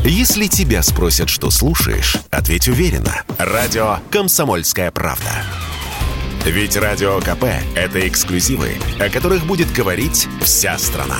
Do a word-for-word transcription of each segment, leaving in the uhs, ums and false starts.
Если тебя спросят, что слушаешь, ответь уверенно. Радио «Комсомольская правда». Ведь Радио КП – это эксклюзивы, о которых будет говорить вся страна.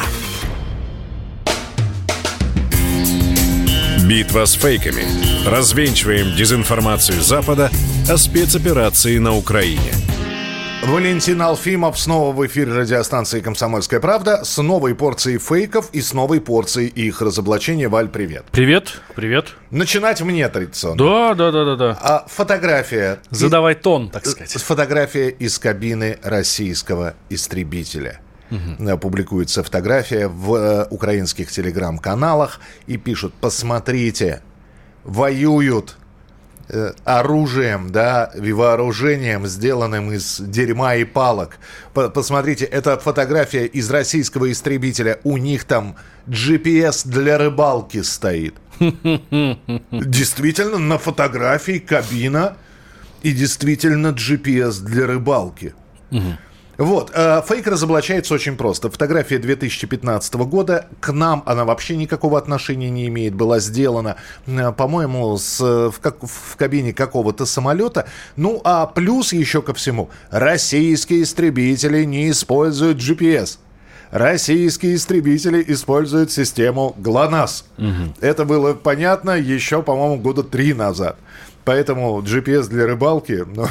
Битва с фейками. Развенчиваем дезинформацию Запада о спецоперации на Украине. Валентин Алфимов снова в эфире радиостанции «Комсомольская правда» с новой порцией фейков и с новой порцией их разоблачения. Валь, привет. Привет, привет. Начинать мне традиционно. Да, да, да, да, да. А фотография... Задавай тон, так сказать. Фотография из кабины российского истребителя. Угу. Публикуется фотография в э, украинских телеграм-каналах и пишут: посмотрите, воюют э, оружием, да, и вооружением, сделанным из дерьма и палок. П- посмотрите, это фотография из российского истребителя. У них там джи пи эс для рыбалки стоит. Действительно, на фотографии кабина и действительно джи пи эс для рыбалки. Вот, э, фейк разоблачается очень просто. Фотография две тысячи пятнадцатого года. К нам она вообще никакого отношения не имеет. Была сделана, э, по-моему, с, в, как, в кабине какого-то самолета. Ну, а плюс еще ко всему. Российские истребители не используют джи пи эс. Российские истребители используют систему ГЛОНАСС. Угу. Это было понятно еще, по-моему, года три назад. Поэтому джи пи эс для рыбалки... Ну,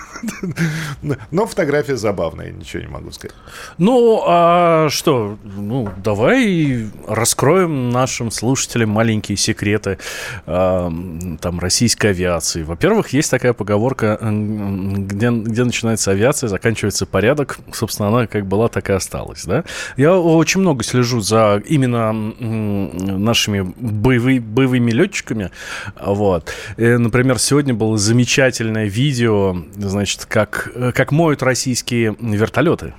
но фотография забавная, ничего не могу сказать. Ну, а что? Ну, давай раскроем нашим слушателям маленькие секреты э, там, российской авиации. Во-первых, есть такая поговорка, где, где начинается авиация, заканчивается порядок. Собственно, она как была, так и осталась. Да? Я очень много слежу за именно нашими боевые, боевыми летчиками. Вот. И, например, сегодня было замечательное видео, значит, как, как моют российские вертолеты.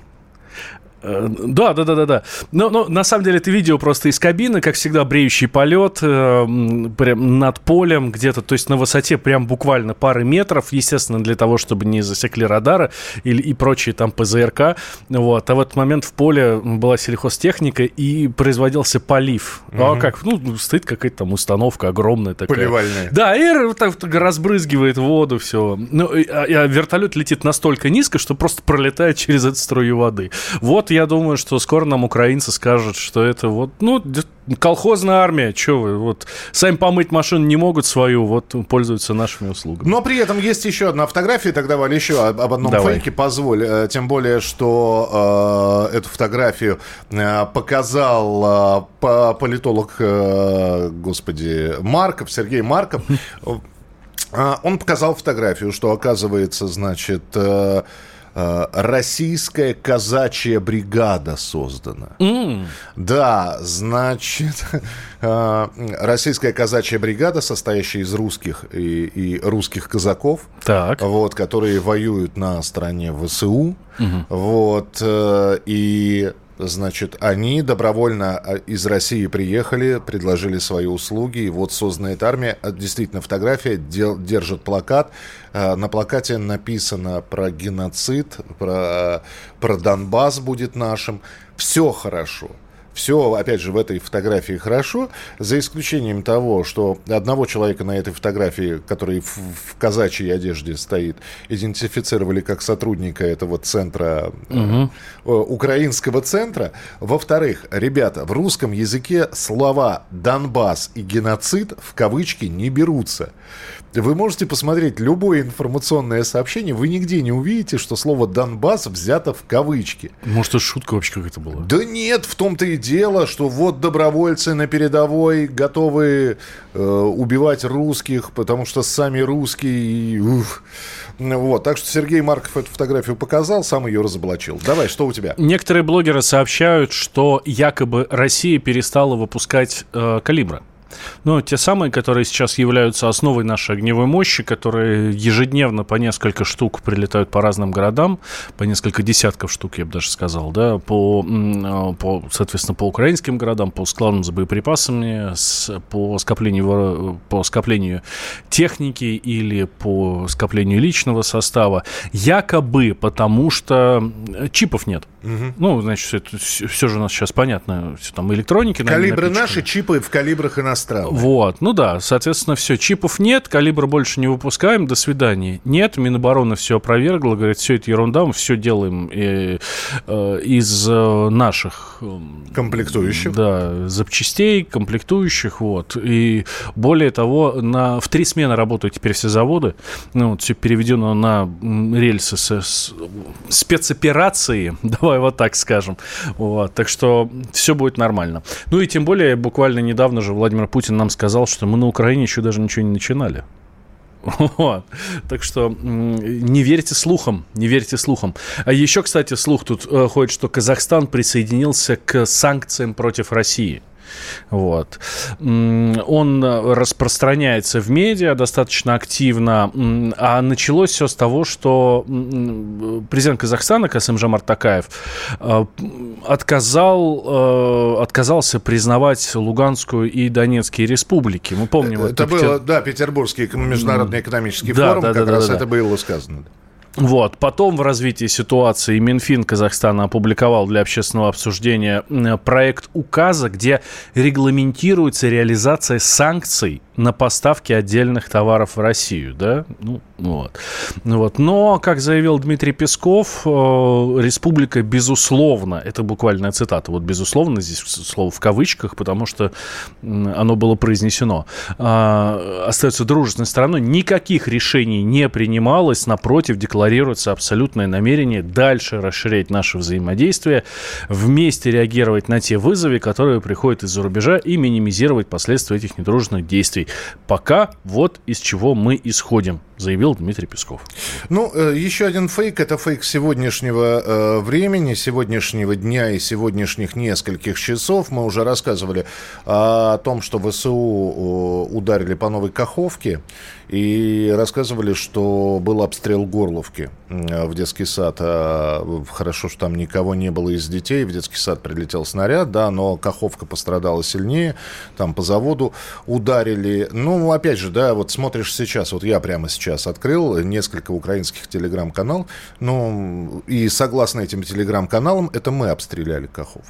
Да, да, да, да, да. Но, но на самом деле это видео просто из кабины, как всегда, бреющий полет э, прям над полем где-то, то есть на высоте прям буквально пары метров, естественно, для того, чтобы не засекли радары или, и прочие там пэ зэ эр ка. Вот. А в этот момент в поле была сельхозтехника и производился полив. Угу. А как? Ну, стоит какая-то там установка огромная такая. Поливальная. Да, и так, так разбрызгивает воду, все. Ну, а, а вертолет летит настолько низко, что просто пролетает через эту струю воды. Вот я думаю, что скоро нам украинцы скажут, что это вот, ну, колхозная армия, что вы, вот, сами помыть машину не могут свою, вот, пользуются нашими услугами. Но при этом есть еще одна фотография, тогда, Валя, еще об одном Давай. фейке, позволь, тем более, что э, эту фотографию э, показал э, политолог, э, господи, Марков, Сергей Марков. Он показал фотографию, что, оказывается, значит... Э, российская казачья бригада создана. Mm. Да, значит, российская казачья бригада, состоящая из русских и, и русских казаков, так. Вот, которые воюют на стороне вэ эс у. Mm-hmm. Вот, и... Значит, они добровольно из России приехали, предложили свои услуги, и вот создана эта армия. Действительно, фотография, дел, держит плакат. На плакате написано про геноцид, про, про Донбасс будет нашим. Все хорошо. Все, опять же, в этой фотографии хорошо, за исключением того, что одного человека на этой фотографии, который в, в казачьей одежде стоит, идентифицировали как сотрудника этого центра, угу. э, украинского центра. Во-вторых, ребята, в русском языке слова «Донбасс» и «геноцид» в кавычки не берутся. Вы можете посмотреть любое информационное сообщение, вы нигде не увидите, что слово «Донбасс» взято в кавычки. Может, это шутка вообще какая-то была? Да нет, в том-то и дело, что вот добровольцы на передовой готовы э, убивать русских, потому что сами русские... Уф. Вот, так что Сергей Марков эту фотографию показал, сам ее разоблачил. Давай, что у тебя? Некоторые блогеры сообщают, что якобы Россия перестала выпускать э, калибры. Ну, те самые, которые сейчас являются основой нашей огневой мощи, которые ежедневно по несколько штук прилетают по разным городам, по несколько десятков штук, я бы даже сказал, да, по, по, соответственно, по украинским городам, по складам с боеприпасами, с, по, скоплению, по скоплению техники или по скоплению личного состава, якобы потому что чипов нет. Угу. Ну, значит, это все, все же у нас сейчас понятно. Все там электроники. Калибры наши, чипы в калибрах иностранных. Вот, ну да, соответственно, все. Чипов нет, калибр больше не выпускаем, до свидания. Нет, Минобороны все опровергло, говорит, все это ерунда, мы все делаем э, э, из э, наших... Э, комплектующих. Да, запчастей, комплектующих, вот. И более того, на, в три смены работают теперь все заводы. Ну, вот, все переведено на рельсы с, с, спецоперации, давай вот так скажем. Вот, так что все будет нормально. Ну и тем более, буквально недавно же Владимир Путин нам сказал, что мы на Украине еще даже ничего не начинали. Вот. Так что не верьте слухам, не верьте слухам. А еще, кстати, слух тут э, ходит, что Казахстан присоединился к санкциям против России. Вот. Он распространяется в медиа достаточно активно, а началось все с того, что президент Казахстана Касым-Жомарт Токаев отказал, отказался признавать Луганскую и Донецкие республики. Мы помним... Это, это было, Петер... да, Петербургский международный экономический да, форум, да, как да, раз да, это да. было сказано. Вот. Потом в развитии ситуации Минфин Казахстана опубликовал для общественного обсуждения проект указа, где регламентируется реализация санкций на поставки отдельных товаров в Россию. Да? Ну, вот. Вот. Но, как заявил Дмитрий Песков, республика, безусловно, это буквальная цитата, вот безусловно, здесь слово в кавычках, потому что оно было произнесено, остается дружественной стороной, никаких решений не принималось, напротив, декларировалось декларируется абсолютное намерение дальше расширять наше взаимодействие, вместе реагировать на те вызовы, которые приходят из-за рубежа, и минимизировать последствия этих недружественных действий. Пока вот из чего мы исходим, заявил Дмитрий Песков. Ну, еще один фейк. Это фейк сегодняшнего э, времени, сегодняшнего дня и сегодняшних нескольких часов. Мы уже рассказывали о том, что ВСУ ударили по Новой Каховке, и рассказывали, что был обстрел Горловки в детский сад. Хорошо, что там никого не было из детей. В детский сад прилетел снаряд, да, но Каховка пострадала сильнее. Там по заводу ударили. Ну, опять же, да, вот смотришь сейчас, вот я прямо сейчас открыл несколько украинских телеграм-каналов. Ну, и согласно этим телеграм-каналам, это мы обстреляли Каховку.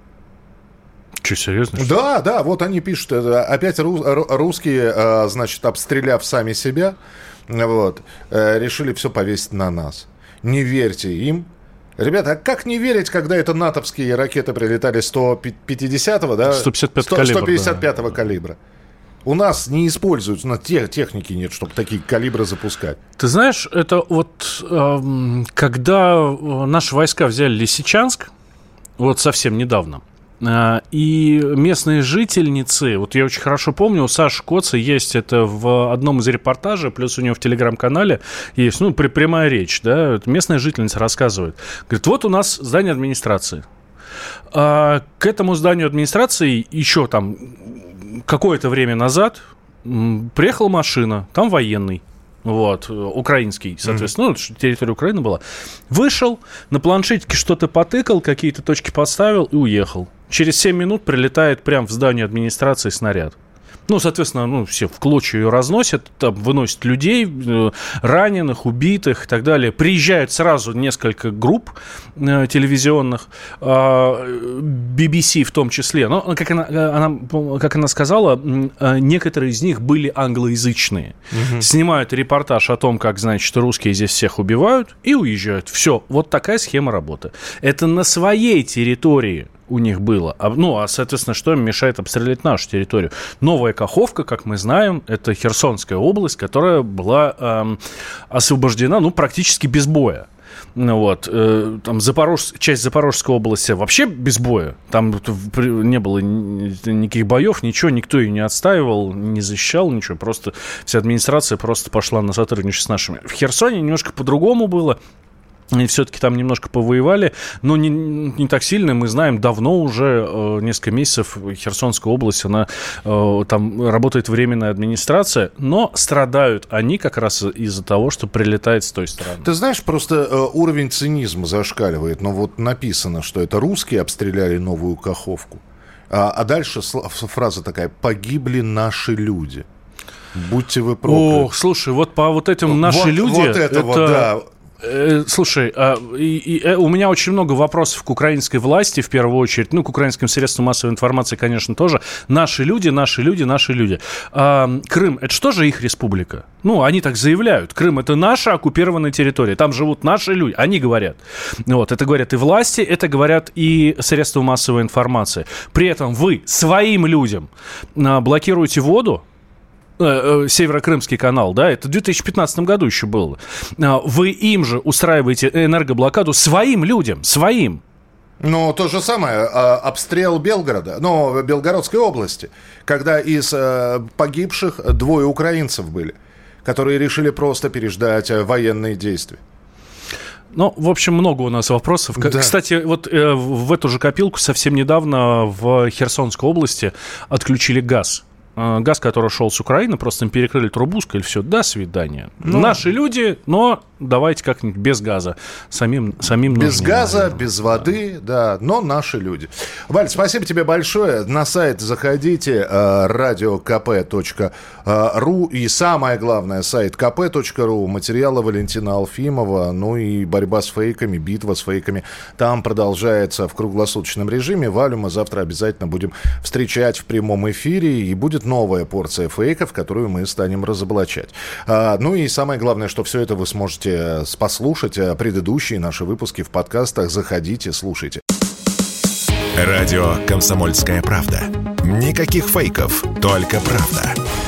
Что, серьезно? Да, да, вот они пишут, опять русские, значит, обстреляв сами себя, вот, решили все повесить на нас. Не верьте им. Ребята, а как не верить, когда это натовские ракеты прилетали сто пятидесятого, да? сто пятьдесят пятого калибра. сто пятьдесят пятого да. калибра. У нас не используются, на те, техники нет, чтобы такие калибры запускать. Ты знаешь, это вот э, когда наши войска взяли Лисичанск, вот совсем недавно, и местные жительницы, вот я очень хорошо помню, у Саши Коца есть это в одном из репортажей, плюс у него в телеграм-канале есть, ну, прямая речь, да, местная жительница рассказывает. Говорит, вот у нас здание администрации. А к этому зданию администрации еще там какое-то время назад приехала машина, там военный. Вот, украинский, соответственно, mm-hmm. ну, территория Украины была. Вышел, на планшетике что-то потыкал, какие-то точки подставил и уехал. Через семь минут прилетает прямо в здание администрации снаряд. Ну, соответственно, ну, все в клочья ее разносят, там выносят людей, раненых, убитых и так далее. Приезжают сразу несколько групп э, телевизионных, э, би би си в том числе. Но, как она, она, как она сказала, э, некоторые из них были англоязычные. Угу. Снимают репортаж о том, как, значит, русские здесь всех убивают и уезжают. Все, вот такая схема работы. Это на своей территории у них было. Ну, а, соответственно, что им мешает обстрелять нашу территорию? Новая Каховка, как мы знаем, это Херсонская область, которая была эм, освобождена, ну, практически без боя. Вот. Э, там Запорож... часть Запорожской области вообще без боя. Там не было никаких боев, ничего, никто ее не отстаивал, не защищал, ничего. Просто вся администрация просто пошла на сотрудничество с нашими. В Херсоне немножко по-другому было. И все-таки там немножко повоевали, но не, не так сильно. Мы знаем, давно уже, э, несколько месяцев, Херсонская область, она, э, там работает временная администрация, но страдают они как раз из-за того, что прилетает с той стороны. Ты знаешь, просто э, уровень цинизма зашкаливает. Но вот написано, что это русские обстреляли Новую Каховку, а, а дальше фраза такая: «Погибли наши люди». Будьте вы прокляты. Ох, слушай, вот по вот этим «наши вот, люди» вот это, это... Вот, да. Э, слушай, э, и, и, э, у меня очень много вопросов к украинской власти, в первую очередь, ну, к украинским средствам массовой информации, конечно, тоже. Наши люди, наши люди, наши люди. Э, Крым, это что же их республика? Ну, они так заявляют. Крым — это наша оккупированная территория, там живут наши люди, они говорят. Вот, это говорят и власти, это говорят и средства массовой информации. При этом вы своим людям э, блокируете воду, Северо-Крымский канал, да, это в две тысячи пятнадцатом году еще было. Вы им же устраиваете энергоблокаду своим людям, своим. Ну, то же самое, обстрел Белгорода, ну, Белгородской области, когда из погибших двое украинцев были, которые решили просто переждать военные действия. Ну, в общем, много у нас вопросов. Да. Кстати, вот э, в эту же копилку совсем недавно в Херсонской области отключили газ. Газ, который шел с Украины, просто им перекрыли трубу, сказали, все, до свидания. Ну, наши люди, но давайте как-нибудь без газа. Самим, самим без нужнее, газа, наверное. без воды, да. да, но наши люди. Валь, спасибо тебе большое. На сайт заходите, радио ка пэ точка ру, и самое главное, сайт ка пэ точка ру, материалы Валентина Алфимова, ну и борьба с фейками, битва с фейками. Там продолжается в круглосуточном режиме. Валю мы завтра обязательно будем встречать в прямом эфире, и будет новая порция фейков, которую мы станем разоблачать. А, ну и самое главное, что все это вы сможете послушать, предыдущие наши выпуски в подкастах. Заходите, слушайте. Радио «Комсомольская правда». Никаких фейков, только правда.